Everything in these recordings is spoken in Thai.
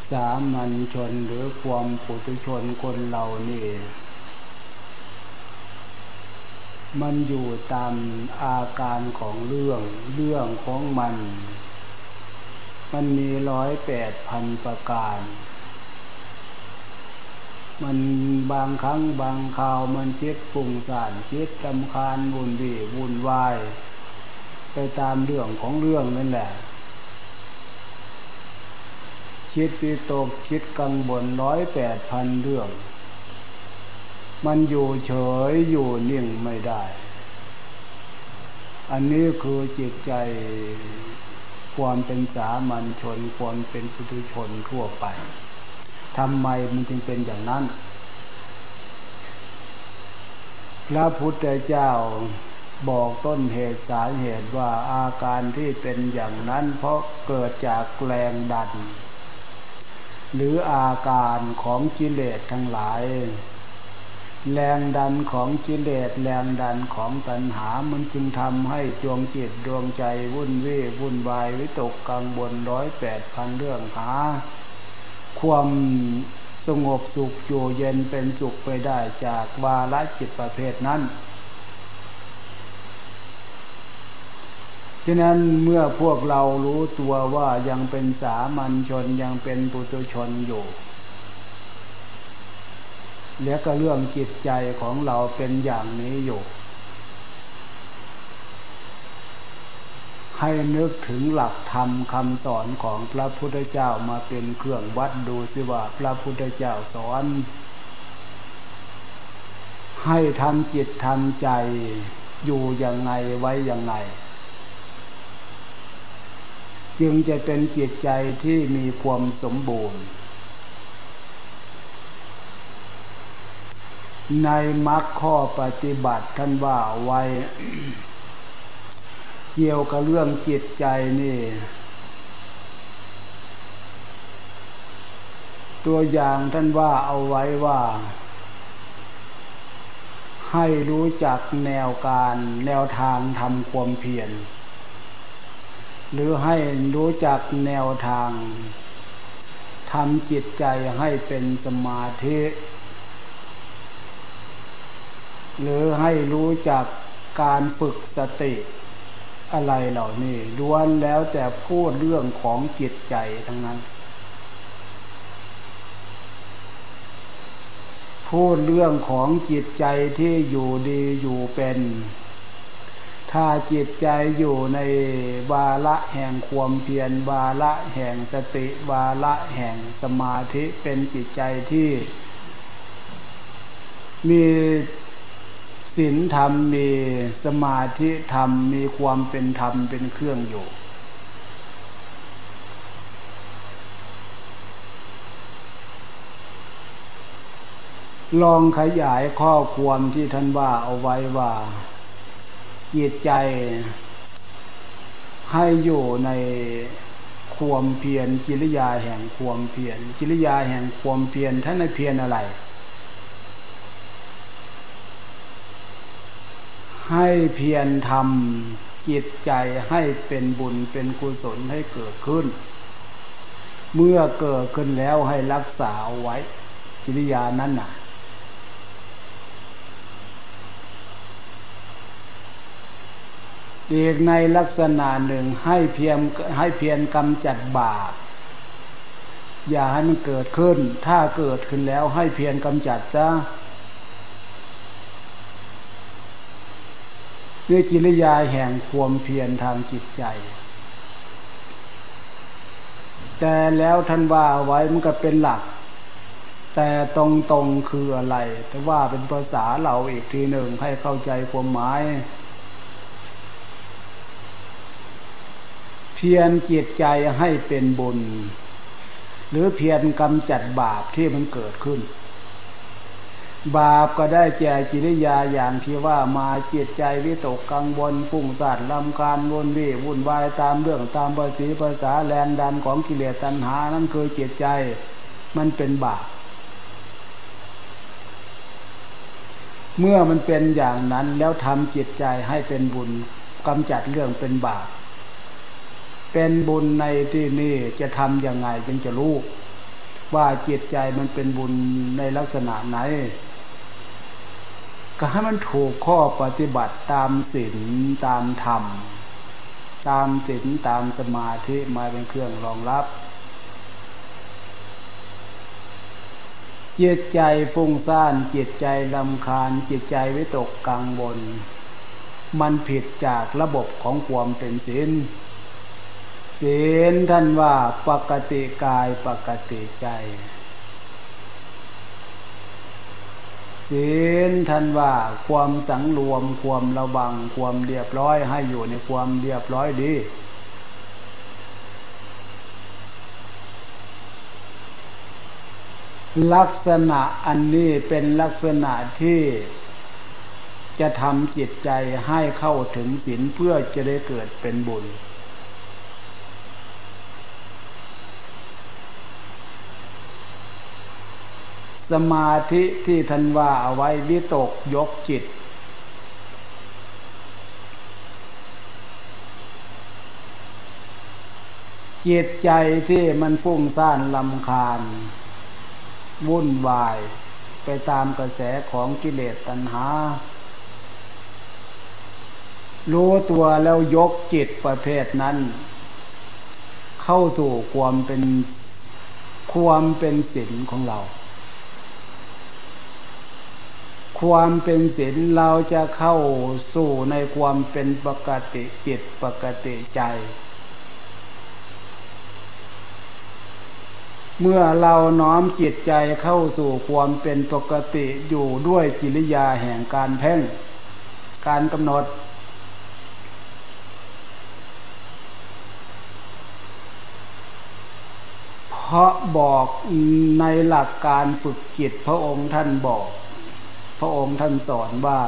สามัญชนหรือความปุถุชนคนเรานี่มันอยู่ตามอาการของเรื่องของมันมี108,000ประการมันบางครั้งบางคราวมันคิดฟุ้งซ่านคิดรำคาญวุ่นวายไปตามเรื่องของเรื่องนั่นแหละคิดวิตกคิดกังวล108,000เรื่องมันอยู่เฉยอยู่นิ่งไม่ได้อันนี้คือจิตใจความเป็นสามัญชนความเป็นปุถุชนทั่วไปทำไมมันจึงเป็นอย่างนั้นพระพุทธเจ้าบอกต้นเหตุสาเหตุว่าอาการที่เป็นอย่างนั้นเพราะเกิดจากแรงดันหรืออาการของกิเลสทั้งหลายแรงดันของกิเลสแรงดันของตัณหามันจึงทำให้ดวงจิตดวงใจวุ่นวายวิตกกังวล108,000เรื่องหาความสงบสุขอยู่เย็นเป็นสุขไปได้จากวาระจิตประเภทนั้นฉะนั้นเมื่อพวกเรารู้ตัวว่ายังเป็นสามัญชนยังเป็นปุถุชนอยู่แล้วก็เรื่องจิตใจของเราเป็นอย่างนี้อยู่ให้นึกถึงหลักธรรมคำสอนของพระพุทธเจ้ามาเป็นเครื่องวัดดูสิว่าพระพุทธเจ้าสอนให้ทำจิตทำใจอยู่ยังไงไว้ยังไงจึงจะเป็นจิตใจที่มีความสมบูรณ์ในมรรคข้อปฏิบัติท่านว่าไว้ เกี่ยวกับเรื่องจิตใจนี่ตัวอย่างท่านว่าเอาไว้ว่าให้รู้จักแนวทางทำความเพียรหรือให้รู้จักแนวทางทำจิตใจให้เป็นสมาธิหรือให้รู้จักการฝึกสติอะไรเหล่านี้ล้วนแล้วแต่พูดเรื่องของจิตใจทั้งนั้นพูดเรื่องของจิตใจที่อยู่ดีอยู่เป็นถ้าจิตใจอยู่ในวาระแห่งความเพียรวาระแห่งสติวาระแห่งสมาธิเป็นจิตใจที่มีศีลธรรมมีสมาธิธรรมมีความเป็นธรรมเป็นเครื่องอยู่ลองขยายข้อความที่ท่านว่าเอาไว้ว่าจิตใจให้อยู่ในความเพียรกิริยาแห่งความเพียรกิริยาแห่งความเพียรท่านให้เพียรอะไรให้เพียรทำจิตใจให้เป็นบุญเป็นกุศลให้เกิดขึ้นเมื่อเกิดขึ้นแล้วให้รักษาเอาไว้กิริยานั้นน่ะอีกในลักษณะหนึ่งให้เพียรกำจัดบาปอย่าให้มันเกิดขึ้นถ้าเกิดขึ้นแล้วให้เพียรกำจัดซะด้วยกิริยาแห่งความเพียรทางจิตใจแต่แล้วท่านว่าไว้มันก็เป็นหลักแต่ตรงๆคืออะไรแต่ว่าเป็นภาษาเราอีกทีหนึ่งให้เข้าใจความหมายเพียรจิตใจให้เป็นบุญหรือเพียรกำจัดบาปที่มันเกิดขึ้นบาปก็ได้แก่กิริยาอย่างที่ว่ามาจิตใจวิตกกังวลฟุ้งซ่านรำคาญวุ่นวายตามเรื่องตามภาษาแรงดันของกิเลสตัณหานั่นคือจิตใจมันเป็นบาปเมื่อมันเป็นอย่างนั้นแล้วทำจิตใจให้เป็นบุญกำจัดเรื่องเป็นบาปเป็นบุญในที่นี้จะทำยังไงจึงจะรู้ว่าจิตใจมันเป็นบุญในลักษณะไหนก็ให้มันถูกข้อปฏิบัติตามศีลตามธรรมตามศีลตามสมาธิมาเป็นเครื่องรองรับจิตใจฟุ้งซ่านจิตใจรำคาญจิตใจวิตกกังวลมันผิดจากระบบของความเป็นศีลศีลท่านว่าปกติกายปกติใจศีลท่านว่าความสังรวมความระวังความเรียบร้อยให้อยู่ในความเรียบร้อยดีลักษณะอันนี้เป็นลักษณะที่จะทำจิตใจให้เข้าถึงศีลเพื่อจะได้เกิดเป็นบุญสมาธิที่ท่านว่าเอาไว้วิตกยกจิตจิตใจที่มันฟุ้งซ่านรำคาญวุ่นวายไปตามกระแสของกิเลสตัณหารู้ตัวแล้วยกจิตประเภทนั้นเข้าสู่ความเป็นศีลของเราความเป็นศีลเราจะเข้าสู่ในความเป็นปกติจิตปกติใจเมื่อเราน้อมจิตใจเข้าสู่ความเป็นปกติอยู่ด้วยกิริยาแห่งการเพ่งการกำหนดเพราะบอกในหลักการฝึกจิตพระองค์ท่านสอนว่า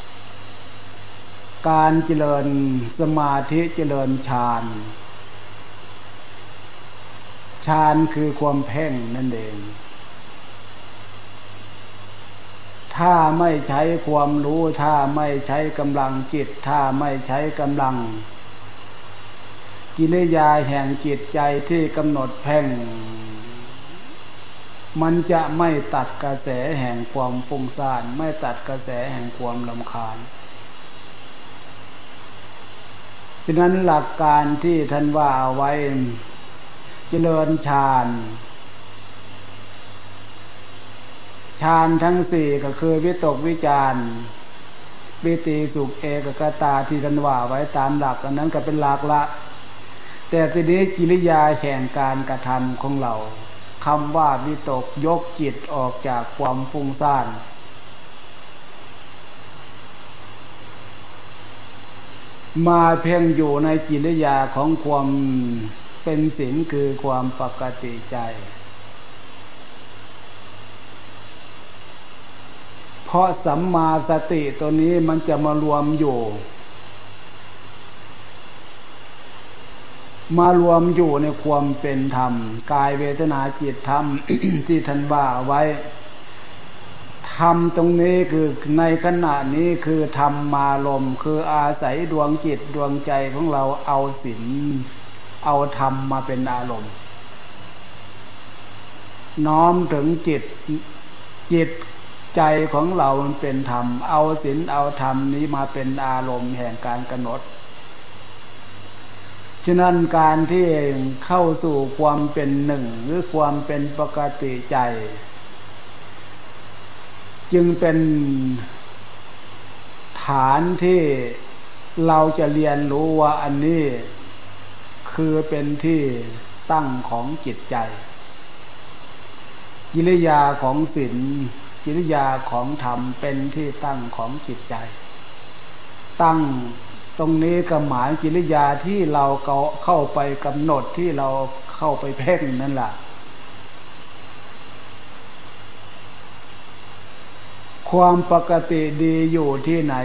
การเจริญสมาธิเจริญฌานคือความเพ่งนั่นเองถ้าไม่ใช้ความรู้ถ้าไม่ใช้กำลังจิตถ้าไม่ใช้กำลังกิริยาแห่งจิตใจที่กำหนดเพ่งมันจะไม่ตัดกระแสแห่งความฟุ้งซ่านไม่ตัดกระแสแห่งความรำคาญฉะนั้นหลักการที่ท่านว่าเอาไว้เจริญฌานทั้งสี่ก็คือวิตกวิจารปิติสุขเอกคตาที่ท่านว่าไว้ตามหลักอันนั้นก็เป็นหลักละแต่ทีนี้กิริยาแห่งการกระทำของเราคำว่าวิตกยกจิตออกจากความฟุ้งซ่านมาเพ่งอยู่ในกิริยาของความเป็นศีลคือความปกติใจเพราะสัมมาสติตัวนี้มันจะมารวมอยู่ในความเป็นธรรมกายเวทนาจิตธรรม ที่ท่านว่าไว้ธรรมตรงนี้คือในขณะนี้คือธรรมารมณ์คืออาศัยดวงจิตดวงใจของเราเอาศีลเอาธรรมมาเป็นอารมณ์น้อมถึงจิตใจของเรามันเป็นธรรมเอาศีลเอาธรรมนี้มาเป็นอารมณ์แห่งการกำหนดฉะนั้นการที่เข้าสู่ความเป็นหนึ่งหรือความเป็นปกติใจจึงเป็นฐานที่เราจะเรียนรู้ว่าอันนี้คือเป็นที่ตั้งของจิตใจกิริยาของศีลกิริยาของธรรมเป็นที่ตั้งของจิตใจตั้งตรงนี้ก็หมายกิริยาที่เราเข้าไปกำหนดที่เราเข้าไปเพ่งนั่นแหละความปกติดีอยู่ที่ไหน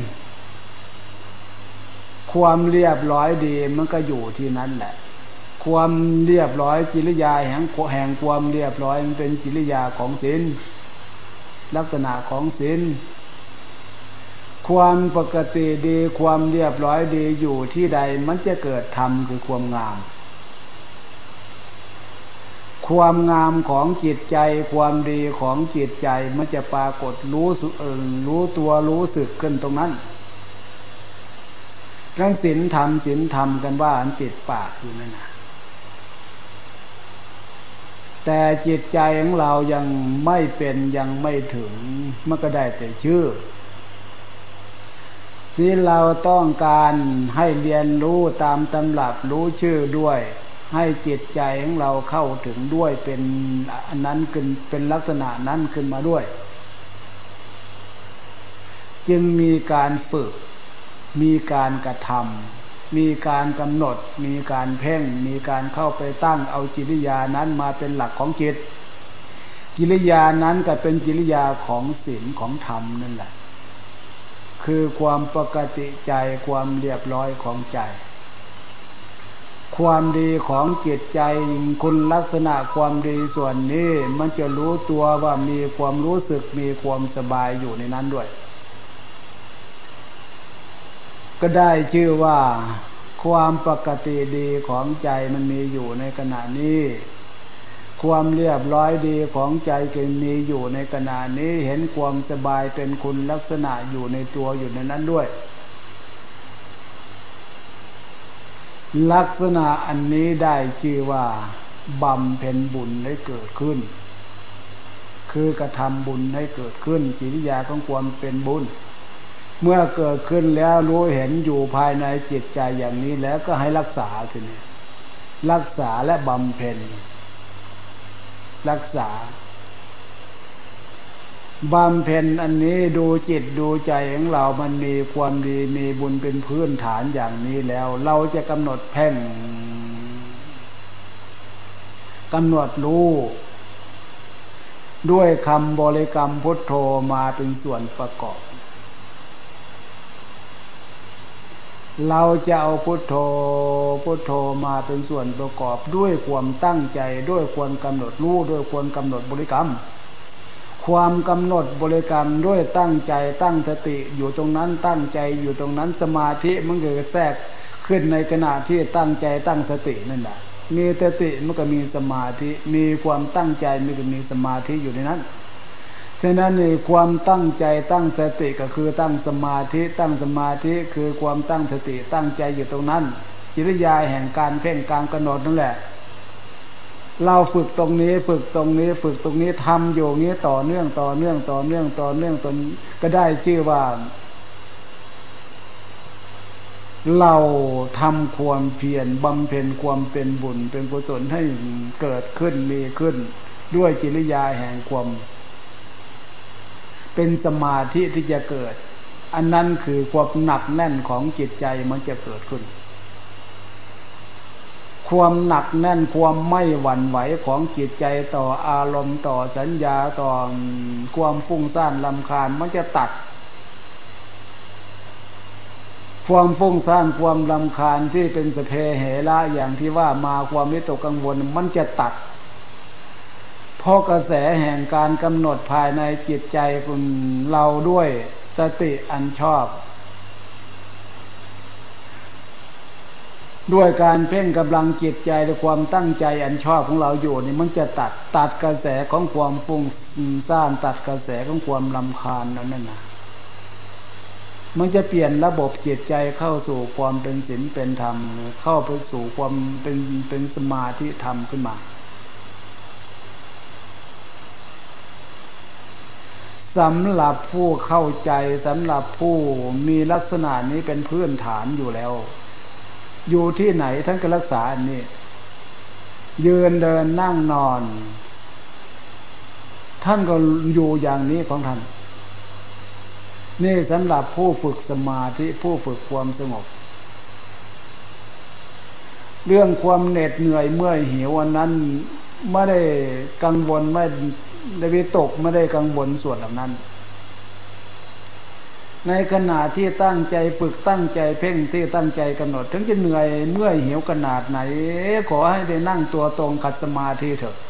ความเรียบร้อยดีมันก็อยู่ที่นั้นแหละความเรียบร้อยกิริยาแห่งความเรียบร้อยมันเป็นกิริยาของศีลลักษณะของศีลความปกติดีความเรียบร้อยดีอยู่ที่ใดมันจะเกิดธรรมคือความงามความงามของจิตใจความดีของจิตใจมันจะปรากฏรู้ตัวรู้สึกขึ้นตรงนั้นเรื่องศีลธรรมกันว่าอันติดปากอยู่นั่นนะแต่จิตใจของเรายังไม่เป็นยังไม่ถึงมันก็ได้แต่ชื่อที่เราต้องการให้เรียนรู้ตามตำรับรู้ชื่อด้วยให้จิตใจของเราเข้าถึงด้วยเป็นอันนั้นขึ้นเป็นลักษณะนั้นขึ้นมาด้วยจึงมีการฝึกมีการกระทำมีการกำหนดมีการเพ่งมีการเข้าไปตั้งเอากิริยานั้นมาเป็นหลักของจิตกิริยานั้นก็เป็นกิริยาของศีลของธรรมนั่นแหละคือความปกติใจความเรียบร้อยของใจความดีของจิตใจคุณลักษณะความดีส่วนนี้มันจะรู้ตัวว่ามีความรู้สึกมีความสบายอยู่ในนั้นด้วยก็ได้ชื่อว่าความปกติดีของใจมันมีอยู่ในขณะนี้ความเรียบร้อยดีของใจก็มีอยู่ในขณะนี้เห็นความสบายเป็นคุณลักษณะอยู่ในตัวอยู่ในนั้นด้วยลักษณะอันนี้ได้ชื่อว่าบำเพ็ญบุญให้เกิดขึ้นคือกระทำบุญให้เกิดขึ้นกิริยาของความเป็นบุญเมื่อเกิดขึ้นแล้วรู้เห็นอยู่ภายในจิตใจอย่างนี้แล้วก็ให้รักษาทีนี้รักษาและบำเพ็ญรักษาบำเพ็ญอันนี้ดูจิตดูใจของเรามันมีความดีมีบุญเป็นพื้นฐานอย่างนี้แล้วเราจะกำหนดเพ่งกำหนดรู้ด้วยคำบริกรรมพุทโธมาเป็นส่วนประกอบเราจะเอาพุทโธมาเป็นส่วนประกอบด้วยความตั้งใจด้วยความกำหนดรู้ด้วยความกำหนดบริกรรมความกำหนดบริกรรมด้วยตั้งใจตั้งสติอยู่ตรงนั้นตั้งใจอยู่ตรงนั้นสมาธิมันเกิดแทรกขึ้นในขณะที่ตั้งใจตั้งสตินั่นแหละมีสติมันก็มีสมาธิมีความตั้งใจมันก็มีสมาธิอยู่ในนั้นฉะนั้นในความตั้งใจตั้งสติก็คือตั้งสมาธิตั้งสมาธิคือความตั้งสติตั้งใจอยู่ตรงนั้นกิริยาแห่งการเพ่งการกำหนดนั่นแหละเราฝึกตรงนี้ฝึกตรงนี้ฝึกตรงนี้ทำอยู่งี้ต่อเนื่องจนก็ได้ชื่อว่าเราทำความเพียรบำเพ็ญความเป็นบุญเป็นกุศลให้เกิดขึ้นมีขึ้นด้วยกิริยาแห่งความเป็นสมาธิที่จะเกิดอันนั้นคือความหนักแน่นของจิตใจมันจะเกิดขึ้นความหนักแน่นความไม่หวั่นไหวของจิตใจต่ออารมณ์ต่อสัญญาต่อความฟุ้งซ่านรำคาญมันจะตัดความฟุ้งซ่านความรำคาญที่เป็นสเพเหระอย่างที่ว่ามาความวิตกกังวลมันจะตัดเพราะกระแสแห่งการกำหนดภายในจิตใจของเราด้วยสติอันชอบด้วยการเพ่งกำลังจิตใจและความตั้งใจอันชอบของเราอยู่นี่มันจะตัดกระแสของความฟุ้งซ่านตัดกระแสของความรำคาญนั่นน่ะมันจะเปลี่ยนระบบจิตใจเข้าสู่ความเป็นศีลเป็นธรรมเข้าไปสู่ความเป็นสมาธิธรรมขึ้นมาสำหรับผู้เข้าใจสำหรับผู้มีลักษณะนี้เป็นพื้นฐานอยู่แล้วอยู่ที่ไหนท่านก็รักษาอันนี้ยืนเดินนั่งนอนท่านก็อยู่อย่างนี้ของท่านนี่สำหรับผู้ฝึกสมาธิผู้ฝึกความสงบเรื่องความเหน็ดเหนื่อยเมื่อยหิวอันนั้นไม่ได้กังวลไม่ได้วิตกไม่ได้กังวลส่วนเหล่านั้นในขณะที่ตั้งใจฝึกตั้งใจเพ่งที่ตั้งใจกำหนดถึงจะเหนื่อยเมื่อยหิวขนาดไหนขอให้ได้นั่งตัวตรงขัดสมาธิเถอะ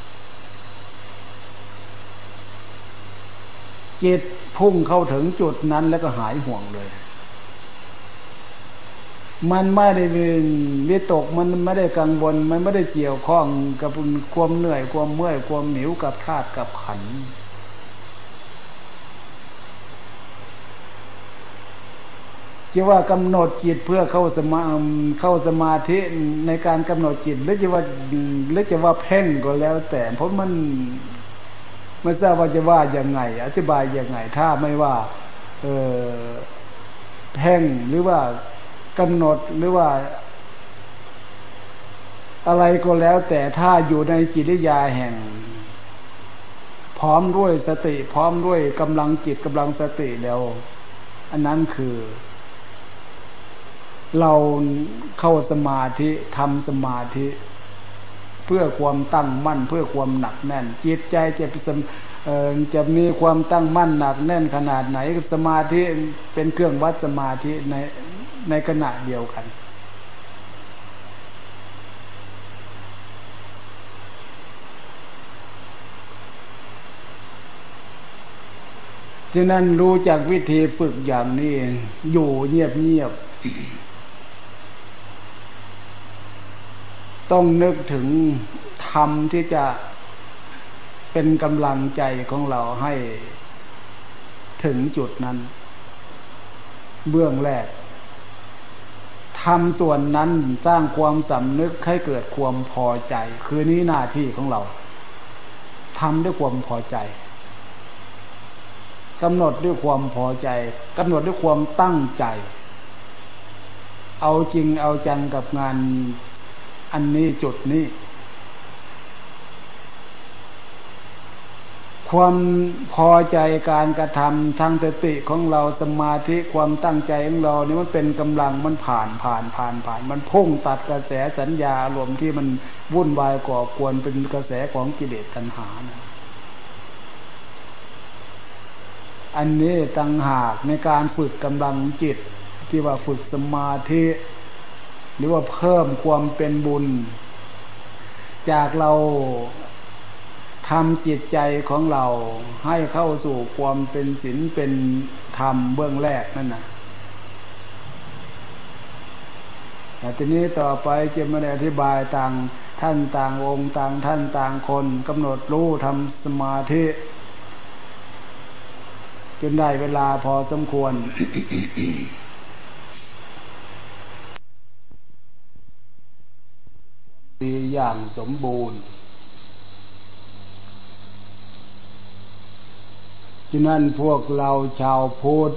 จิตพุ่งเข้าถึงจุดนั้นแล้วก็หายห่วงเลยมันไม่ได้วิตกมันไม่ได้กังวลมันไม่ได้เกี่ยวข้องกับความเหนื่อยความเมื่อยความหิวกับธาตุกับขันธ์จะว่ากำหนดจิตเพื่อเข้าสมาธิในการกำหนดจิตหรือจะว่าเพ่งก็แล้วแต่เพราะมันไม่ทราบว่าจะว่ายังไงอธิบายยังไงถ้าไม่ว่าเพ่งหรือว่ากำหนดหรือว่าอะไรก็แล้วแต่ถ้าอยู่ในกิริยาแห่งพร้อมด้วยสติพร้อมด้วยกำลังจิตกำลังสติแล้วอันนั้นคือเราเข้าสมาธิทำสมาธิเพื่อความตั้งมั่นเพื่อความหนักแน่นจิตใจจะมีความตั้งมั่นหนักแน่นขนาดไหนสมาธิเป็นเครื่องวัดสมาธิในขณะเดียวกันฉะนั้นรู้จักวิธีฝึกอย่างนี้อยู่เงียบๆต้องนึกถึงธรรมที่จะเป็นกำลังใจของเราให้ถึงจุดนั้นเบื้องแรกทำส่วนนั้นสร้างความสำนึกให้เกิดความพอใจคือนี้หน้าที่ของเราทำด้วยความพอใจกำหนดด้วยความพอใจกำหนดด้วยความตั้งใจเอาจริงเอาจังกับงานอันนี้จุดนี้ความพอใจการกระทำทางสติของเราสมาธิความตั้งใจของเรานี่มันเป็นกำลังมันผ่านมันพุ่งตัดกระแสสัญญาอารมณ์ที่มันวุ่นวายก่อกวนเป็นกระแสของกิเลสตัณหานะอันนี้ต่างหากในการฝึกกำลังจิตที่ว่าฝึกสมาธิหรือว่าเพิ่มความเป็นบุญจากเราทำจิตใจของเราให้เข้าสู่ความเป็นศีลเป็นธรรมเบื้องแรกนั่นน่ะแต่ทีนี้ต่อไปจะไม่ได้อธิบายต่างท่านต่างองค์ต่างท่านต่างคนกำหนดรู้ทำสมาธิจนได้เวลาพอสมควร ดีอย่างสมบูรณ์ฉะนั้นพวกเราชาวพุทธ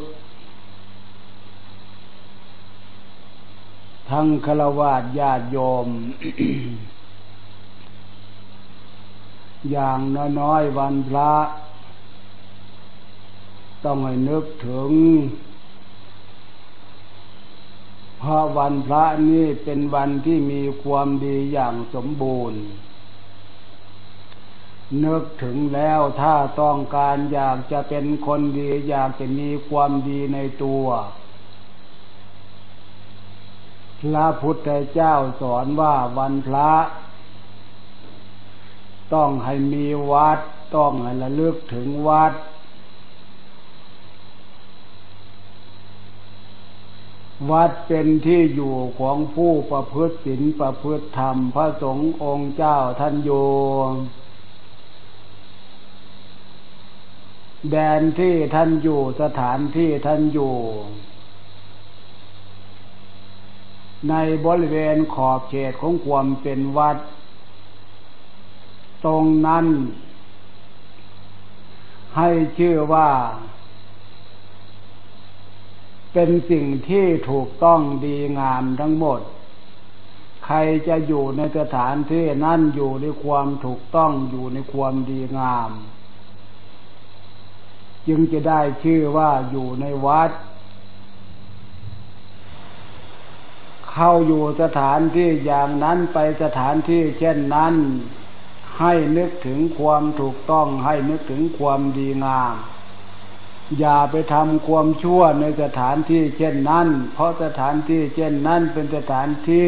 ทั้งฆราวาสญาติโยม อย่างน้อยๆวันพระต้องให้นึกถึงเพราะวันพระนี้เป็นวันที่มีความดีอย่างสมบูรณ์นึกถึงแล้วถ้าต้องการอยากจะเป็นคนดีอยากจะมีความดีในตัวพระพุทธเจ้าสอนว่าวันพระต้องให้มีวัดต้องให้ระลึกถึงวัดวัดเป็นที่อยู่ของผู้ประพฤติศีลประพฤติธรรมพระสงฆ์องค์เจ้าท่านอยู่แดนที่ท่านอยู่สถานที่ท่านอยู่ในบริเวณขอบเขตของความเป็นวัดตรงนั้นให้ชื่อว่าเป็นสิ่งที่ถูกต้องดีงามทั้งหมดใครจะอยู่ในสถานที่นั้นอยู่ในความถูกต้องอยู่ในความดีงามจึงจะได้ชื่อว่าอยู่ในวัดเข้าอยู่สถานที่อย่างนั้นไปสถานที่เช่นนั้นให้นึกถึงความถูกต้องให้นึกถึงความดีงามอย่าไปทำความชั่วในสถานที่เช่นนั้นเพราะสถานที่เช่นนั้นเป็นสถานที่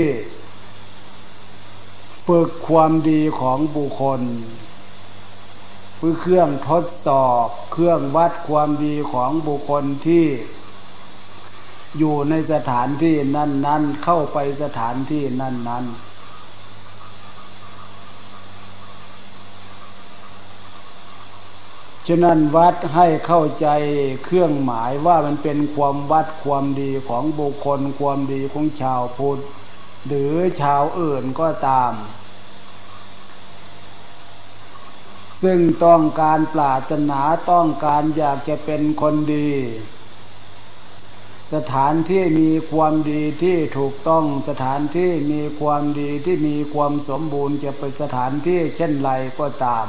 ฝึกความดีของบุคคลเพื่อเครื่องทดสอบเครื่องวัดความดีของบุคคลที่อยู่ในสถานที่นั้นๆเข้าไปสถานที่นั้นๆฉะนั้นวัดให้เข้าใจเครื่องหมายว่ามันเป็นความวัดความดีของบุคคลความดีของชาวพุทธหรือชาวอื่นก็ตามซึ่งต้องการปรารถนาต้องการอยากจะเป็นคนดีสถานที่มีความดีที่ถูกต้องสถานที่มีความดีที่มีความสมบูรณ์จะเป็นสถานที่เช่นไรก็ตาม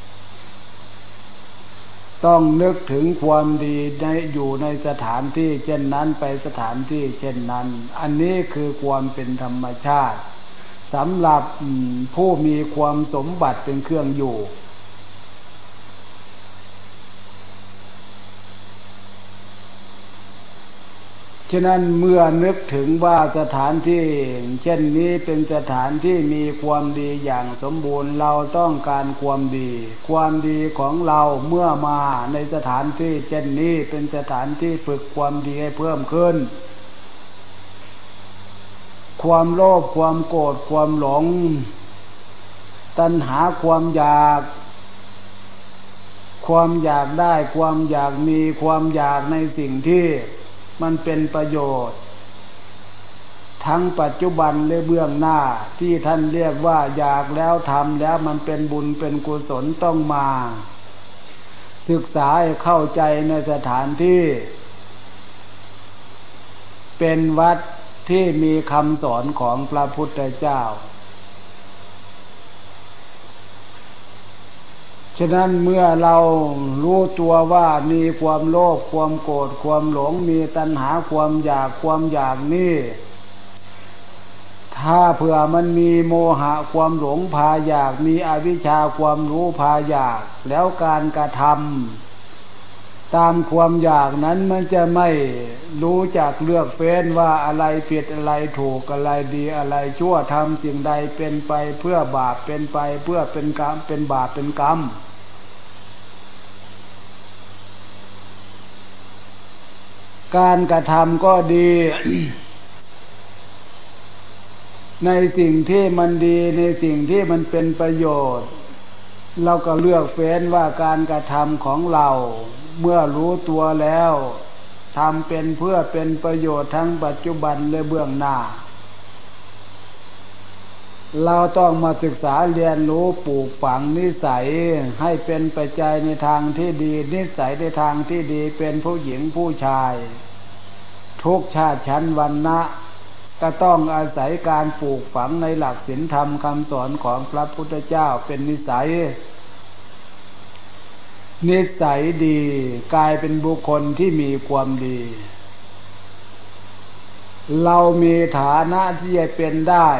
ต้องนึกถึงความดีอยู่ในสถานที่เช่นนั้นไปสถานที่เช่นนั้นอันนี้คือความเป็นธรรมชาติสำหรับผู้มีความสมบัติเป็นเครื่องอยู่ฉะนั้นเมื่อนึกถึงว่าสถานที่เช่นนี้เป็นสถานที่มีความดีอย่างสมบูรณ์เราต้องการความดีความดีของเราเมื่อมาในสถานที่เช่นนี้เป็นสถานที่ฝึกความดีให้เพิ่มขึ้นความโลภความโกรธความหลงตัณหาความอยากได้ความอยากมีความอยากในสิ่งที่มันเป็นประโยชน์ทั้งปัจจุบันและเบื้องหน้าที่ท่านเรียกว่าอยากแล้วทำแล้วมันเป็นบุญเป็นกุศลต้องมาศึกษาให้เข้าใจในสถานที่เป็นวัดที่มีคำสอนของพระพุทธเจ้าฉะนั้นเมื่อเรารู้ตัวว่ามีความโลภความโกรธความหลงมีตัณหาความอยากนี่ถ้าเผื่อมันมีโมหะความหลงพาอยากมีอวิชชาความรู้พาอยากแล้วการกระทำตามความอยากนั้นมันจะไม่รู้จักเลือกเฟ้นว่าอะไรผิดอะไรถูกอะไรดีอะไรชั่วทำสิ่งใดเป็นไปเพื่อบาปเป็นไปเพื่อเป็นกรรมเป็นบาปเป็นกรรมการกระทำก็ดี ในสิ่งที่มันดีในสิ่งที่มันเป็นประโยชน์เราก็เลือกเฟ้นว่าการกระทำของเราเมื่อรู้ตัวแล้วทำเป็นเพื่อเป็นประโยชน์ทั้งปัจจุบันและเบื้องหน้าเราต้องมาศึกษาเรียนรู้ปลูกฝังนิสัยให้เป็นปัจจัยในทางที่ดีนิสัยในทางที่ดีเป็นผู้หญิงผู้ชายทุกชาติชั้นวรรณะก็ต้องอาศัยการปลูกฝังในหลักศีลธรรมคำสอนของพระพุทธเจ้าเป็นนิสัยดีกลายเป็นบุคคลที่มีความดีเรามีฐานะที่จะเป็นได้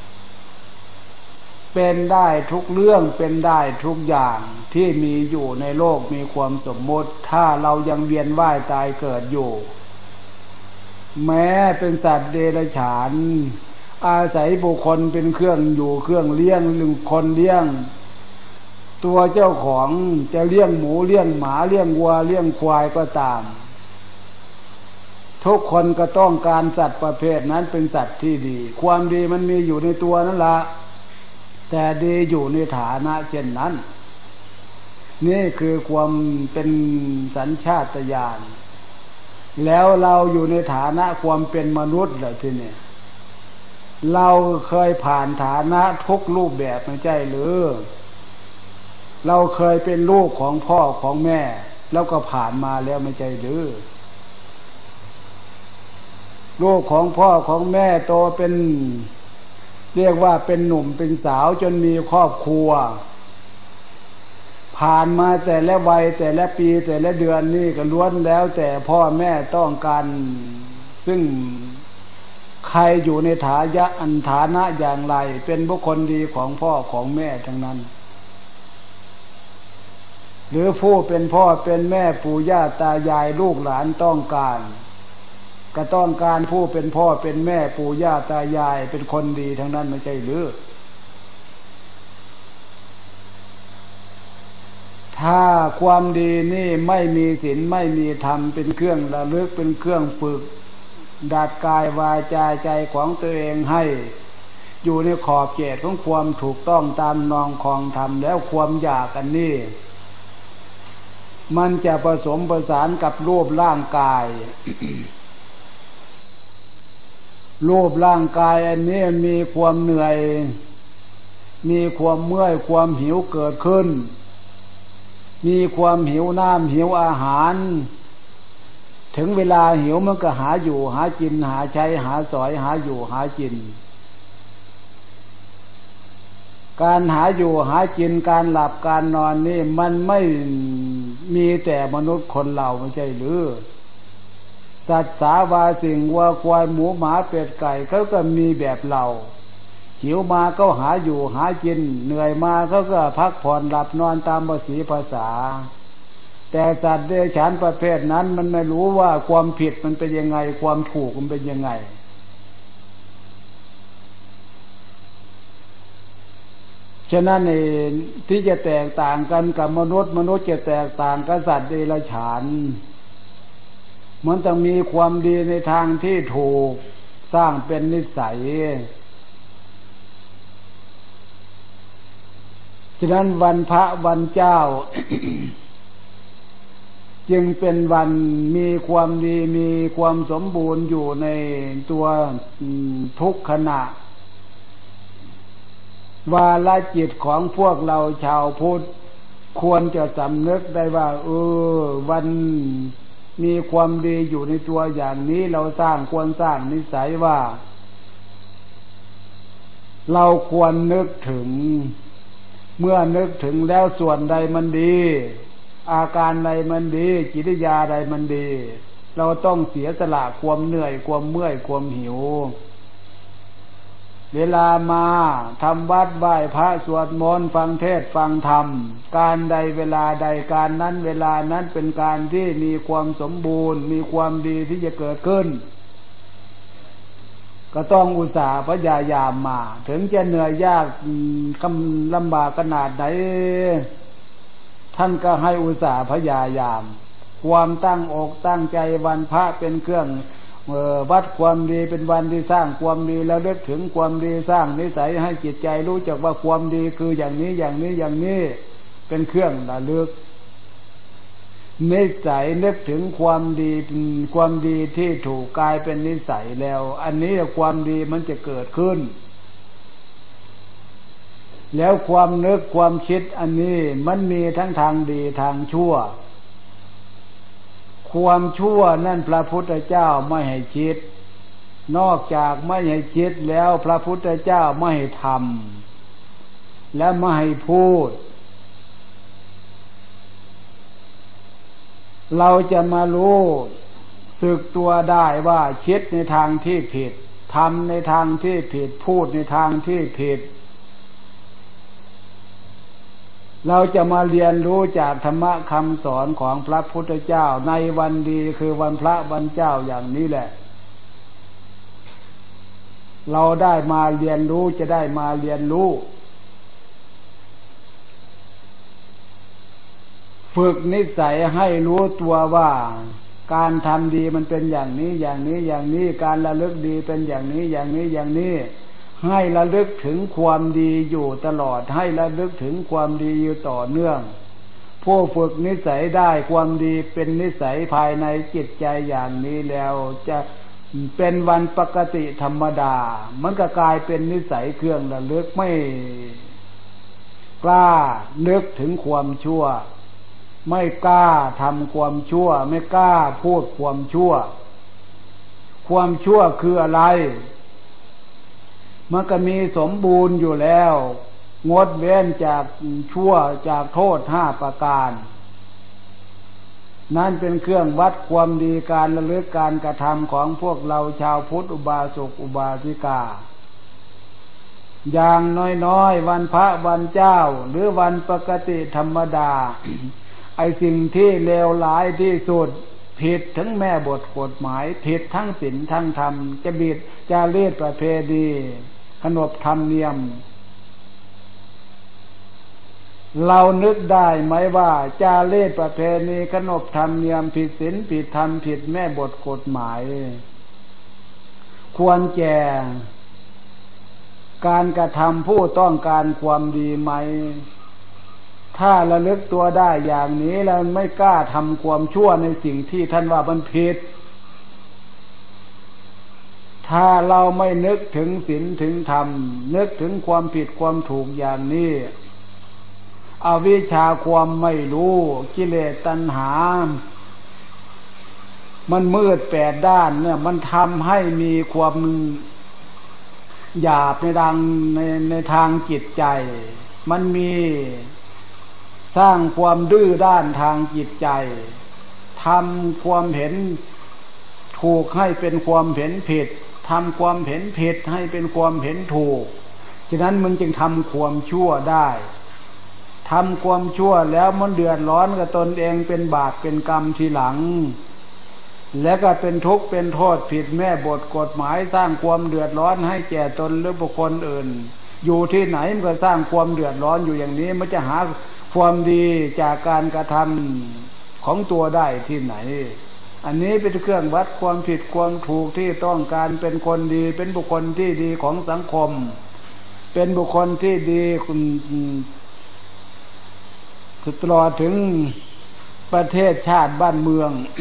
ทุกเรื่องเป็นได้ทุกอย่างที่มีอยู่ในโลกมีความสมมติถ้าเรายังเวียนว่ายตายเกิดอยู่แม้เป็นสัตว์เดรัจฉานอาศัยบุคคลเป็นเครื่องอยู่เครื่องเลี้ยงหรือคนเลี้ยงตัวเจ้าของจะเลี้ยงหมูเลี้ยงหมาเลี้ยงวัวเลี้ยงควายก็ตามทุกคนก็ต้องการสัตว์ประเภทนั้นเป็นสัตว์ที่ดีความดีมันมีอยู่ในตัวนั่นละแต่ดีอยู่ในฐานะเช่นนั้นนี่คือความเป็นสัญชาตญาณแล้วเราอยู่ในฐานะความเป็นมนุษย์แหละทีนี้เราเคยผ่านฐานะทุกรูปแบบไม่ใช่หรือเราเคยเป็นลูกของพ่อของแม่แล้วก็ผ่านมาแล้วไม่ใช่หรือลูกของพ่อของแม่โตเป็นเรียกว่าเป็นหนุ่มเป็นสาวจนมีครอบครัวผ่านมาแต่ละวัยแต่ละปีแต่ละเดือนนี่ก็ล้วนแล้วแต่พ่อแม่ต้องการซึ่งใครอยู่ในฐานะอย่างไรเป็นบุคคลดีของพ่อของแม่ทั้งนั้นหรือผู้เป็นพ่อเป็นแม่ปู่ย่าตายายลูกหลานต้องการก็ต้องการผู้เป็นพ่อเป็นแม่ปู่ย่าตายายเป็นคนดีทั้งนั้นไม่ใช่หรือถ้าความดีนี่ไม่มีศีลไม่มีธรรมเป็นเครื่องระลึกเป็นเครื่องฝึกดัดกายวาจาใจของตัวเองให้อยู่ในขอบเขตของความถูกต้องตามนองคองธรรมแล้วความอยากอันนี้มันจะผสมประสานกับรูปร่างกาย รูปร่างกายอันนี้มีความเหนื่อยมีความเมื่อยความหิวเกิดขึ้นมีความหิวน้ำหิวอาหารถึงเวลาหิวมันก็หาอยู่หากินหาใช้หาสอยหาอยู่หากินการหาอยู่หากินการหลับการนอนนี่มันไม่มีแต่มนุษย์คนเราไม่ใช่หรือสัตว์สาวาสิ่งวัวควายหมูหมาเป็ดไก่เขาก็มีแบบเราหิวมาก็หาอยู่หากินเหนื่อยมาเขาก็พักผ่อนหลับนอนตามภาษาแต่สัตว์เดรัจฉานประเภทนั้นมันไม่รู้ว่าความผิดมันเป็นยังไงความถูกมันเป็นยังไงฉะนั้นที่จะแตกต่างกันกับมนุษย์จะแตกต่างกับสัตว์เดรัจฉานมันต้องมีความดีในทางที่ถูกสร้างเป็นนิสัยฉะนั้นวันพระวันเจ้า จึงเป็นวันมีความดีมีความสมบูรณ์อยู่ในตัวทุกขณะวาระจิตของพวกเราชาวพุทธควรจะสำนึกได้ว่าวันมีความดีอยู่ในตัวอย่างนี้เราควรสร้างนิสัยว่าเราควรนึกถึงเมื่อนึกถึงแล้วส่วนใดมันดีอาการใดมันดีกิริยาใดมันดีเราต้องเสียสละความเหนื่อยความเมื่อยความหิวเวลามาทำวัดไหว้พระสวดมนต์ฟังเทศน์ฟังธรรมการใดเวลาใดการนั้นเวลานั้นเป็นการที่มีความสมบูรณ์มีความดีที่จะเกิดขึ้นก็ต้องอุตส่าห์พยายามมาถึงจะเหนื่อยยากลำบากขนาดไหนท่านก็ให้อุตส่าห์พยายามความตั้งอกตั้งใจวันพระเป็นเครื่องวัดความดีเป็นวันที่สร้างความดีแล้วนึกถึงความดีสร้างนิสัยให้จิตใจรู้จักว่าความดีคืออย่างนี้อย่างนี้อย่างนี้เป็นเครื่องระลึกนิสัยนึกถึงความดีที่ถูกกลายเป็นนิสัยแล้วอันนี้ความดีมันจะเกิดขึ้นแล้วความนึกความคิดอันนี้มันมีทั้งทางดีทางชั่วความชั่วนั่นพระพุทธเจ้าไม่ให้คิดนอกจากไม่ให้คิดแล้วพระพุทธเจ้าไม่ให้ทำและไม่ให้พูดเราจะมารู้สึกตัวได้ว่าคิดในทางที่ผิดทำในทางที่ผิดพูดในทางที่ผิดเราจะมาเรียนรู้จากธรรมะคำสอนของพระพุทธเจ้าในวันดีคือวันพระวันเจ้าอย่างนี้แหละเราได้มาเรียนรู้จะได้มาเรียนรู้ฝึกนิสัยให้รู้ตัวว่าการทำดีมันเป็นอย่างนี้อย่างนี้อย่างนี้การระลึกดีเป็นอย่างนี้อย่างนี้อย่างนี้ให้ระลึกถึงความดีอยู่ตลอดให้ระลึกถึงความดีอยู่ต่อเนื่องผู้ฝึกนิสัยได้ความดีเป็นนิสัยภายในจิตใจอย่างนี้แล้วจะเป็นวันปกติธรรมดามันก็กลายเป็นนิสัยเครื่องระลึกไม่กล้านึกถึงความชั่วไม่กล้าทำความชั่วไม่กล้าพูดความชั่วความชั่วคืออะไรมันก็มีสมบูรณ์อยู่แล้วงดเว้นจากชั่วจากโทษ5ประการนั่นเป็นเครื่องวัดความดีการระลึกการกระทำของพวกเราชาวพุทธอุบาสกอุบาสิกาอย่างน้อยๆวันพระวันเจ้าหรือวันปกติธรรมดา ไอ้สิ่งที่เลวร้ายที่สุดผิดทั้งแม่บทกฎหมายผิดทั้งศีลทั้งธรรมจะบิดจารีตประเพณีขนบธรรมเนียมเรานึกได้ไหมว่าจารีตประเพณีขนบธรรมเนียมผิดศีลผิดธรรมผิดแม่บทกฎหมายควรแก่การกระทำผู้ต้องการความดีไหมถ้าระลึกตัวได้อย่างนี้แล้วไม่กล้าทำความชั่วในสิ่งที่ท่านว่ามันผิดถ้าเราไม่นึกถึงศีลถึงธรรมนึกถึงความผิดความถูกอย่างนี้อวิชชาความไม่รู้กิเลสตัณหามันมืดแปดด้านเนี่ยมันทำให้มีความหยาบในทางจิตใจมันมีสร้างความดื้อด้านทางจิตใจทำความเห็นถูกให้เป็นความเห็นผิดทำความเห็นผิดให้เป็นความเห็นถูกฉะนั้นมันจึงทำความชั่วได้ทำความชั่วแล้วมันเดือดร้อนกับตนเองเป็นบาปเป็นกรรมทีหลังแล้วก็เป็นทุกข์เป็นโทษผิดแม่บทกฎหมายสร้างความเดือดร้อนให้แก่ตนหรือบุคคลอื่นอยู่ที่ไหนมันก็สร้างความเดือดร้อนอยู่อย่างนี้มันจะหาความดีจากการกระทำของตัวได้ที่ไหนอันนี้เป็นเครื่องวัดความผิดความถูกที่ต้องการเป็นคนดีเป็นบุคคลที่ดีของสังคมเป็นบุคคลที่ดีตลอดถึงประเทศชาติบ้านเมือง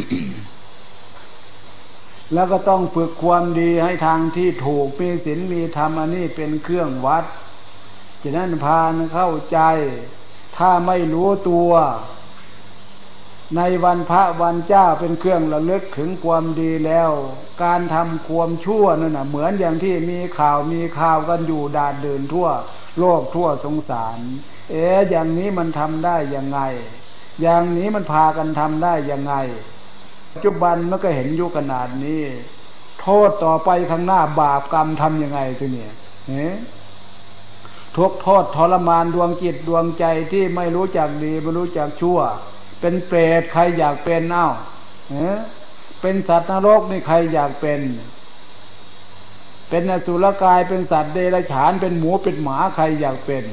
แล้วก็ต้องฝึกความดีให้ทางที่ถูกมีศีลมีธรรมอันนี้เป็นเครื่องวัดฉะนั้นพาเข้าใจถ้าไม่รู้ตัวในวันพระวันเจ้าเป็นเครื่องระลึกถึงความดีแล้วการทำความชั่วนั่นน่ะเหมือนอย่างที่มีข่าวกันอยู่ดาดเดินทั่วโลกทั่วสงสารอย่างนี้มันทำได้ยังไงอย่างนี้มันพากันทำได้ยังไงปัจจุบันมันก็เห็นอยู่ขนาดนี้โทษต่อไปข้างหน้าบาปกรรมทำยังไงทีเนี่ยทุกข์โทษทรมานดวงจิตดวงใจที่ไม่รู้จักดีไม่รู้จักชั่วเป็นเปรตใครอยากเป็นเป็นสัตว์นรกนี่ใครอยากเป็นอสุรกายเป็นสัตว์เดรัจฉานเป็นหมูเป็นหมาใครอยากเป็น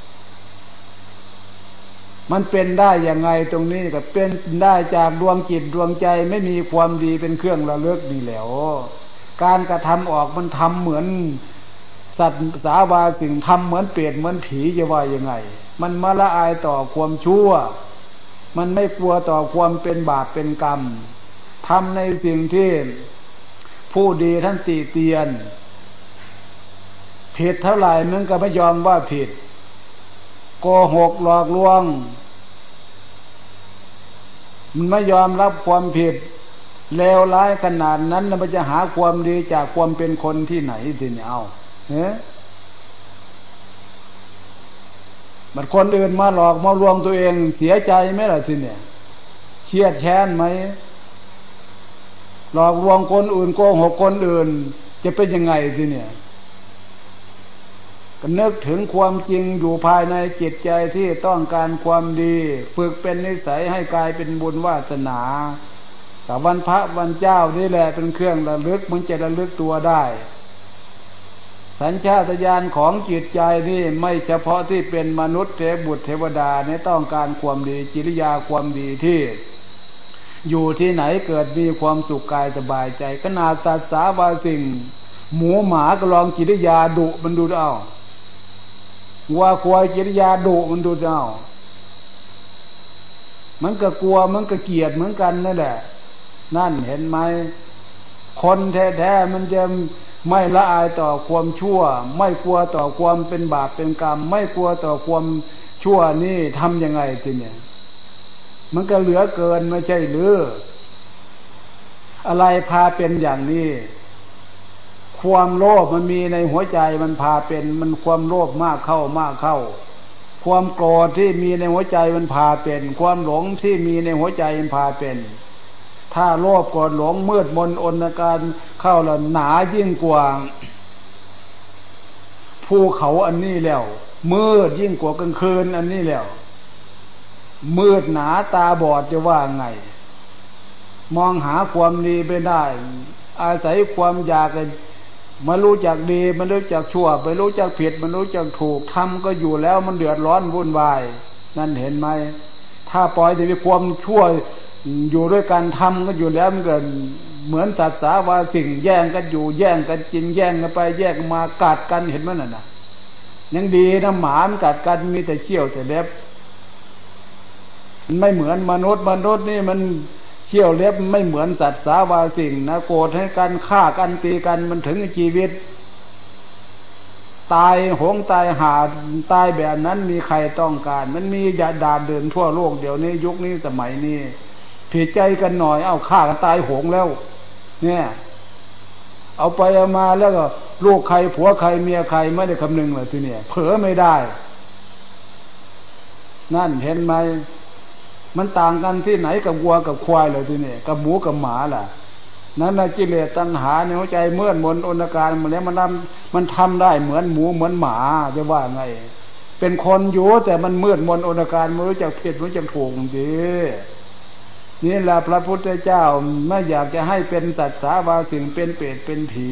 มันเป็นได้ยังไงตรงนี้ก็เป็นได้จากดวงจิตดวงใจไม่มีความดีเป็นเครื่องระลึกนี่แหละการกระทำออกมันทำเหมือนสัตว์สาวาสิ่งทำเหมือนเปรตเหมือนผีจะว่ายังไงมันมาละอายต่อความชั่วมันไม่กลัวต่อความเป็นบาปเป็นกรรมทำในสิ่งที่ผู้ดีท่านติเตียนผิดเท่าไหร่มันก็ไม่ยอมว่าผิดโกหกหลอกลวงมันไม่ยอมรับความผิดเลวร้ายขนาดนั้นแล้วมันจะหาความดีจากความเป็นคนที่ไหนทีนี้มันคนอื่นมาหลอกมาลวงตัวเองเสียใจไหมล่ะทีเนี่ยเครียดแค้นไหมหลอกลวงคนอื่นโกหกคนอื่นจะเป็นยังไงทีเนี่ยก็นึกถึงความจริงอยู่ภายในจิตใจที่ต้องการความดีฝึกเป็นนิสัยให้กลายเป็นบุญวาสนาแต่วันพระวันเจ้านี่แหละเป็นเครื่องระลึกมันจะระลึกตัวได้สัญชาตญาณของจิตใจนี่ไม่เฉพาะที่เป็นมนุษย์เทพบุตรเทวดาเนี่ยต้องการความดีกิริยาความดีที่อยู่ที่ไหนเกิดมีความสุขกายสบายใจขนาดสัตว์สาวาสิ่งหมูหมาก็ลองกิริยาดุมันดูเอาวัวควายกิริยาดุมันดูเอามันก็กลัวมันก็เกลียดเหมือนกันนั่นแหละนั่นเห็นไหมคนแท้ๆมันจะไม่ละอายต่อความชั่วไม่กลัวต่อความเป็นบาปเป็นกรรมไม่กลัวต่อความชั่วนี่ทำยังไงทีเนี่ยมันก็เหลือเกินไม่ใช่หรืออะไรพาเป็นอย่างนี้ความโลภมันมีในหัวใจมันพาเป็นมันความโลภมากเข้ความโกรธที่มีในหัวใจมันพาเป็นความหลงที่มีในหัวใจมันพาเป็นถ้าโลภโกรธหลงมืดมนอนการเข้าแล้วหนายิ่งกว่าภูเขาอันนี้แล้วมืดยิ่งกว่ากลางคืนอันนี้แล้วมืดหนาตาบอดจะว่าไงมองหาความดีไม่ได้อาศัยความอยากมารู้จักดีมันรู้จักชั่วไปรู้จักผิดมันรู้จักถูกทำก็อยู่แล้วมันเดือดร้อนวุ่นวายนั่นเห็นไหมถ้าปล่อยแต่ความชั่วอยู่ด้วยกันทำก็อยู่แล้วมันก็เหมือนสัตว์สาวาสิ่งแย่งกันอยู่แย่งกันกินแย่งกันไปแย่งมากัดกันเห็นมั้ยน่ะยังดีนะหมามันกัดกันมีแต่เขี้ยวแต่เล็บไม่เหมือนมนุษย์นี่มันเขี้ยวเล็บไม่เหมือนสัตว์สาวาสิ่งนะโกรธให้กันฆ่ากันตีกันมันถึงชีวิตตายหงตายหาตายแบบนั้นมีใครต้องการมันมียาดาเดินทั่วโลกเดี๋ยวนี้ยุคนี้สมัยนี้ผิดใจกันหน่อยเอาฆ่ากันตายหงแล้วเนี่ยเอาไปเอามาแล้วก็ลูกใครผัวใครเมียใครไม่ได้คำนึงเลยทีเนี่ยเผลอไม่ได้นั่นเห็นไหมมันต่างกันที่ไหนกับวัวกับควายเลยทีเนี่ยกับหมูกับหมาล่ะนั้นนะกิเลสตัณหาในหัวใจเมื่อนมนอนการมันแล้วมันทำได้เหมือนหมูเหมือนหมาจะว่าไงเป็นคนอยู่แต่มันมืดมนอนการไม่รู้จักผิดไม่รู้จักถูกดีนี่แหละพระพุทธเจ้าไม่อยากจะให้เป็นสัตว์สาวาสิ่งเป็นเปรตเป็นผี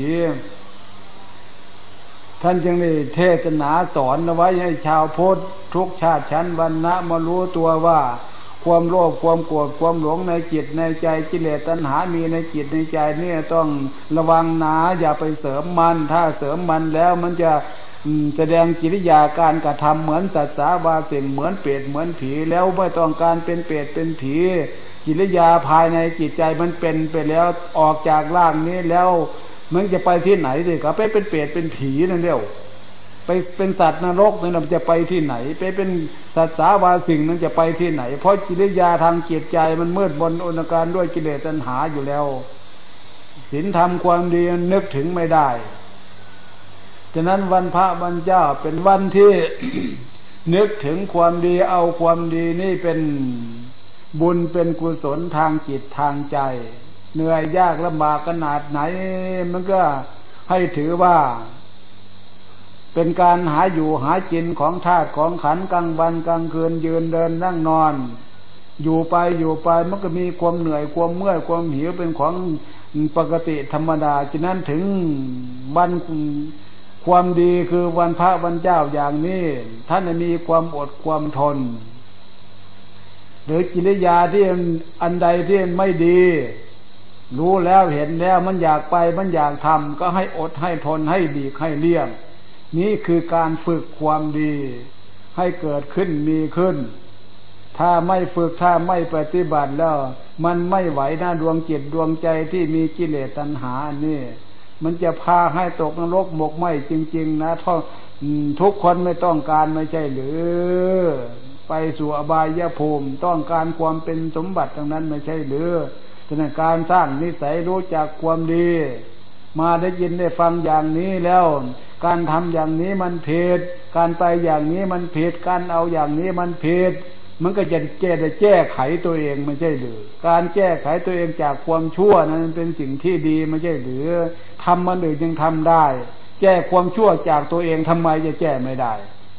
ท่านจึงได้เทศนาสอนเอาไว้ให้ชาวพุทธทุกชาติชั้นวรรณะมารู้ตัวว่าความโลภความโกรธความหลงในจิตในใจกิเลสตัณหามีในจิตในใจเนี่ยต้องระวังนะอย่าไปเสริมมันถ้าเสริมมันแล้วมันจะแสดงกิริยาการกระทำเหมือนสัตว์สาวาสิ่งเหมือนเปรตเหมือนผีแล้วไม่ต้องการเป็นเปรตเป็นผีกิริยาภายในจิตใจมันเป็นไปแล้วออกจากร่างนี้แล้วมันจะไปที่ไหนสิครับไปเป็นเปรตเป็นผีนั่นเดียวไปเป็นสัตว์นรกนั่นมันจะไปที่ไหนไปเป็นสัตว์สาวาสิ่งนั้นจะไปที่ไหนเพราะกิริยาทางจิตใจมันมืดมนอนการด้วยกิเลสตัณหาอยู่แล้วศีลธรรมความดีนึกถึงไม่ได้ฉะนั้นวันพระวันเจ้าเป็นวันที่ นึกถึงความดีเอาความดีนี่เป็นบุญเป็นกุศลทางจิตทางใจเหนื่อยยากลำบากขนาดไหนมันก็ให้ถือว่าเป็นการหาอยู่หากินของธาตุของขันธ์กลางวันกลางคืนยืนเดินนั่งนอนอยู่ไปมันก็มีความเหนื่อยความเมื่อยความหิวเป็นของปกติธรรมดาฉะนั้นถึงวันความดีคือวันพระวันเจ้าอย่างนี้ท่านมีความอดความทนหรือกิริยาที่อันใดที่ไม่ดีรู้แล้วเห็นแล้วมันอยากไปมันอยากทำก็ให้อดให้ทนให้ดีให้เลี่ยงนี่คือการฝึกความดีให้เกิดขึ้นมีขึ้นถ้าไม่ฝึกถ้าไม่ปฏิบัติแล้วมันไม่ไหวนะดวงจิตดวงใจที่มีกิเลสตัณหานี่มันจะพาให้ตกนรกหมกไหม้จริงๆนะทุกคนไม่ต้องการไม่ใช่หรือไปสู่อบายภูมิต้องการความเป็นสมบัติทั้งนั้นไม่ใช่หรือฉะนั้นการสร้างนิสัยรู้จักความดีมาได้ยินได้ฟังอย่างนี้แล้วการทำอย่างนี้มันผิดการไปอย่างนี้มันผิดการเอาอย่างนี้มันผิดมันก็จะแก้ไขตัวเองไม่ใช่หรือการแก้ไขตัวเองจากความชั่วนั้นเป็นสิ่งที่ดีไม่ใช่หรือทำมันอื่นยังทำได้แก้ความชั่วจากตัวเองทำไมจะแก้ไม่ได้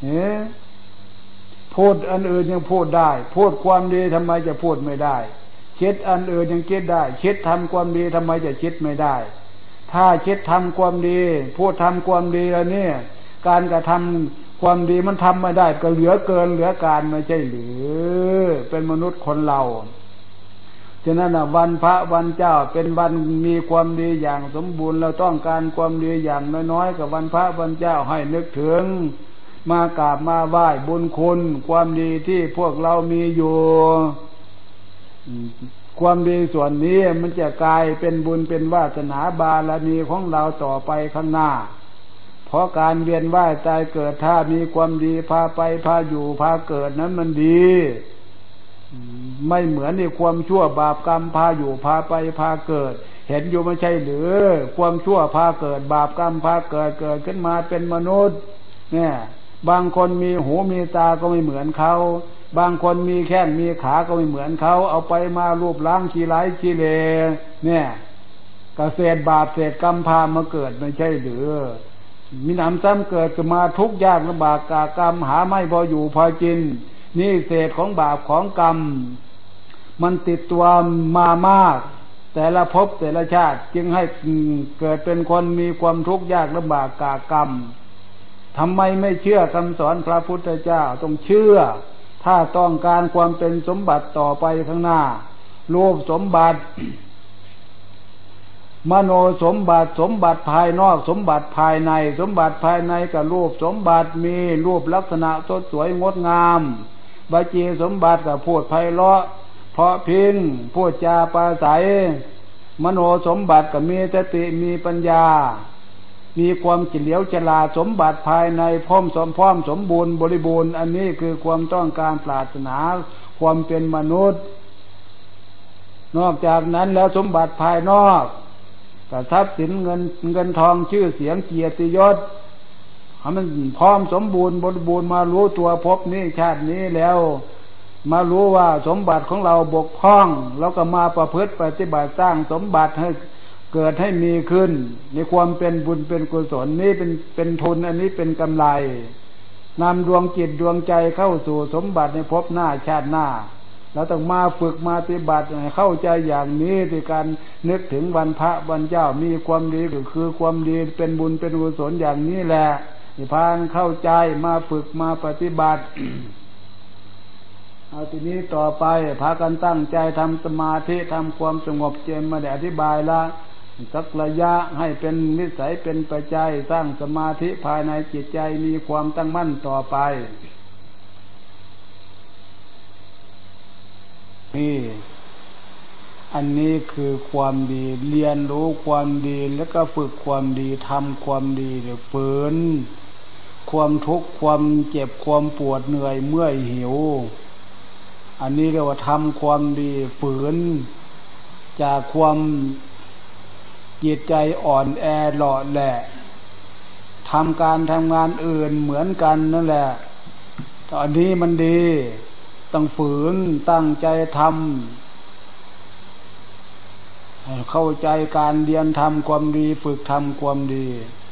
พูดอันอื่นยังพูดได้พูดความดีทำไมจะพูดไม่ได้คิดอันอื่นยังคิดได้คิดทำความดีทำไมจะคิดไม่ได้ถ้าคิดทำความดีพูดทำความดีแล้วเนี่ยการกระทำความดีมันทำไม่ได้ก็เหลือเกินเหลือการไม่ใช่หรือเป็นมนุษย์คนเราฉะนั้นวันพระวันเจ้าเป็นวันมีความดีอย่างสมบูรณ์เราต้องการความดีอย่างน้อยๆกับวันพระวันเจ้าให้นึกถึงมากราบมาไหว้บุญคุณความดีที่พวกเรามีอยู่ความดีส่วนนี้มันจะกลายเป็นบุญเป็นวาสนาบารมีของเราต่อไปข้างหน้าเพราะการเวียนว่ายตายเกิดถ้ามีความดีพาไปพาอยู่พาเกิดนั้นมันดีไม่เหมือนในความชั่วบาปกรรมพาอยู่พาไปพาเกิดเห็นอยู่ไม่ใช่หรือความชั่วพาเกิดบาปกรรมพาเกิดขึ้นมาเป็นมนุษย์เนี่ยบางคนมีหูมีตาก็ไม่เหมือนเขาบางคนมีแข้งมีขาก็ไม่เหมือนเขาเอาไปมารูปล้างขี้ร้ายขี้เลเนี่ยเกษตรบาปเศษกรรมพามาเกิดไม่ใช่หรือมีหนำซ้ำเกิดขึ้นมาทุกข์ยากลำบากกรรมหาไม่พออยู่พอกินนี่เศษของบาปของกรรมมันติดตัวมามากแต่ละภพแต่ละชาติจึงให้เกิดเป็นคนมีความทุกข์ยากลำบากกรรมทำไมไม่เชื่อคำสอนพระพุทธเจ้าต้องเชื่อถ้าต้องการความเป็นสมบัติต่อไปข้างหน้ารูปสมบัติมโนสมบัติสมบัติภายนอกสมบัติภายในสมบัติภายในกับรูปสมบัติมีรูปลักษณะสดสวยงดงามวจีสมบัติกับพูดไพเราะเพราะพิงพูดจาปราศัยมโนสมบัติกับมีสติมีปัญญามีความเฉลียวฉลาดสมบัติภายในพร้อมสมบูรณ์บริบูรณ์อันนี้คือความต้องการปรารถนาความเป็นมนุษย์นอกจากนั้นแล้วสมบัติภายนอกกับทรัพย์สินเงินทองชื่อเสียงเกียรติยศให้มันพร้อมสมบูรณ์บริบูรณ์มารู้ตัวพบนี้ชาตินี้แล้วมารู้ว่าสมบัติของเราบกพร่องแล้วก็มาประพฤติปฏิบัติสร้างสมบัติให้เกิดให้มีขึ้นในความเป็นบุญเป็นกุศลนี้เป็นทุนอันนี้เป็นกำไรนำดวงจิตดวงใจเข้าสู่สมบัติในภพหน้าชาติหน้าเราต้องมาฝึกมาปฏิบัติให้เข้าใจอย่างนี้ในการนึกถึงวันพระวันเจ้ามีความดีก็คือความดีเป็นบุญเป็นกุศลอย่างนี้แหละพาเข้าใจมาฝึกมาปฏิบัติ เอาทีนี้ต่อไปพากันตั้งใจทำสมาธิทำความสงบเจนมาได้อธิบายละสักระยะให้เป็นนิสัยเป็นปัจจัยสร้างสมาธิภายในจิตใจมีความตั้งมั่นต่อไปนี่อันนี้คือความดีเรียนรู้ความดีแล้วก็ฝึกความดีทำความดีหรือฝืนความทุกข์ความเจ็บความปวดเหนื่อยเมื่อยหิวอันนี้เรียกว่าทำความดีฝืนจากความจิตใจอ่อนแอหล่อแหละทำการทำงานอื่นเหมือนกันนั่นแหละตอนนี้มันดีต้องฝืนตั้งใจทำเข้าใจการเรียนทำความดีฝึกทำความดี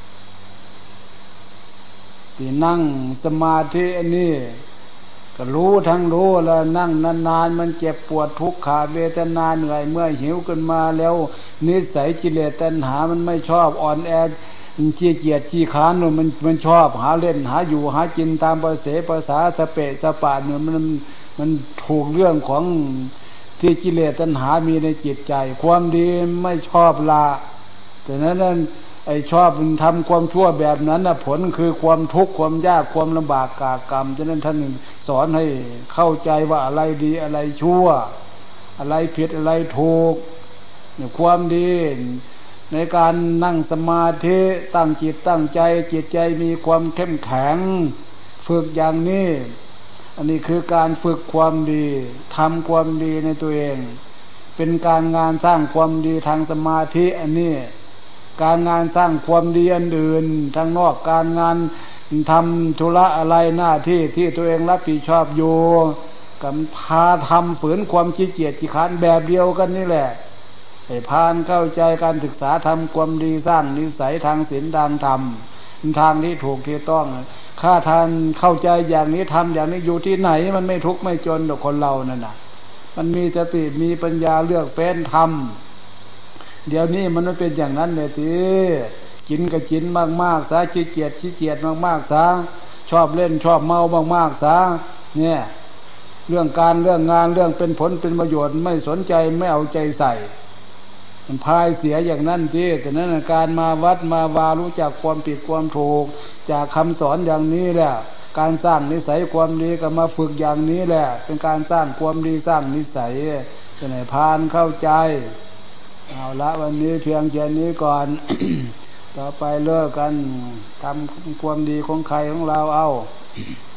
ที่นั่งสมาธิอันนี้ก็รู้ทั้งรู้แล้วนั่งนานๆมันเจ็บปวดทุกขเวทนาเหนื่อยเมื่อหิวขึ้นมาแล้วนิสัยกิเลสตัณหามันไม่ชอบอ่อนแอขี้เกียจขี้ค้านมันชอบหาเล่นหาอยู่หากินตามภาษาสเปะสปะเนี่ยมันถูกเรื่องของที่กิเลสตัณหามีในจิตใจความดีไม่ชอบละแต่นั้นไอ้ชอบทำความชั่วแบบนั้นนะผลคือความทุกข์ความยากความลำบากกากรรมฉะนั้นท่านสอนให้เข้าใจว่าอะไรดีอะไรชั่วอะไรผิดอะไรถูกความดีในการนั่งสมาธิตั้งจิตตั้งใจจิตใจมีความเข้มแข็งฝึกอย่างนี้อันนี้คือการฝึกความดีทำความดีในตัวเองเป็นการงานสร้างความดีทางสมาธิอันนี้การงานสร้างความดีอันอื่นทางนอกการงานทำธุระอะไรหน้าที่ที่ตัวเองรับผิดชอบอยู่กับพาทำฝืนความขี้เกียจขี้คร้านแบบเดียวกันนี่แหละให้พานเข้าใจการศึกษาทำความดีสร้างนิสัยทางศีลทางธรรมทางที่ถูกที่ต้องถ้าท่านเข้าใจอย่างนี้ทำอย่างนี้อยู่ที่ไหนมันไม่ทุกข์ไม่จนหรอกคนเรานั่นน่ะมันมีสติมีปัญญาเลือกเป็นธรรมเดี๋ยวนี้มันไม่เป็นอย่างนั้นเลยทีกินก็กินมากๆซะขี้เกียจมากๆซะชอบเล่นชอบเมามากๆซะเนี่ยเรื่องการเรื่องงานเรื่องเป็นผลเป็นประโยชน์ไม่สนใจไม่เอาใจใส่มันพายเสียอย่างนั้นทีแต่นั้นการมาวัดมาวารู้จักความผิดความถูกจากคำสอนอย่างนี้แหละการสร้างนิสัยความดีก็มาฝึกอย่างนี้แหละเป็นการสร้างความดีสร้างนิสัยจะไหนพานเข้าใจเอาละวันนี้เพียงแค่นี้ก่อน ต่อไปเลิกกันทำความดีของใครของเราเอา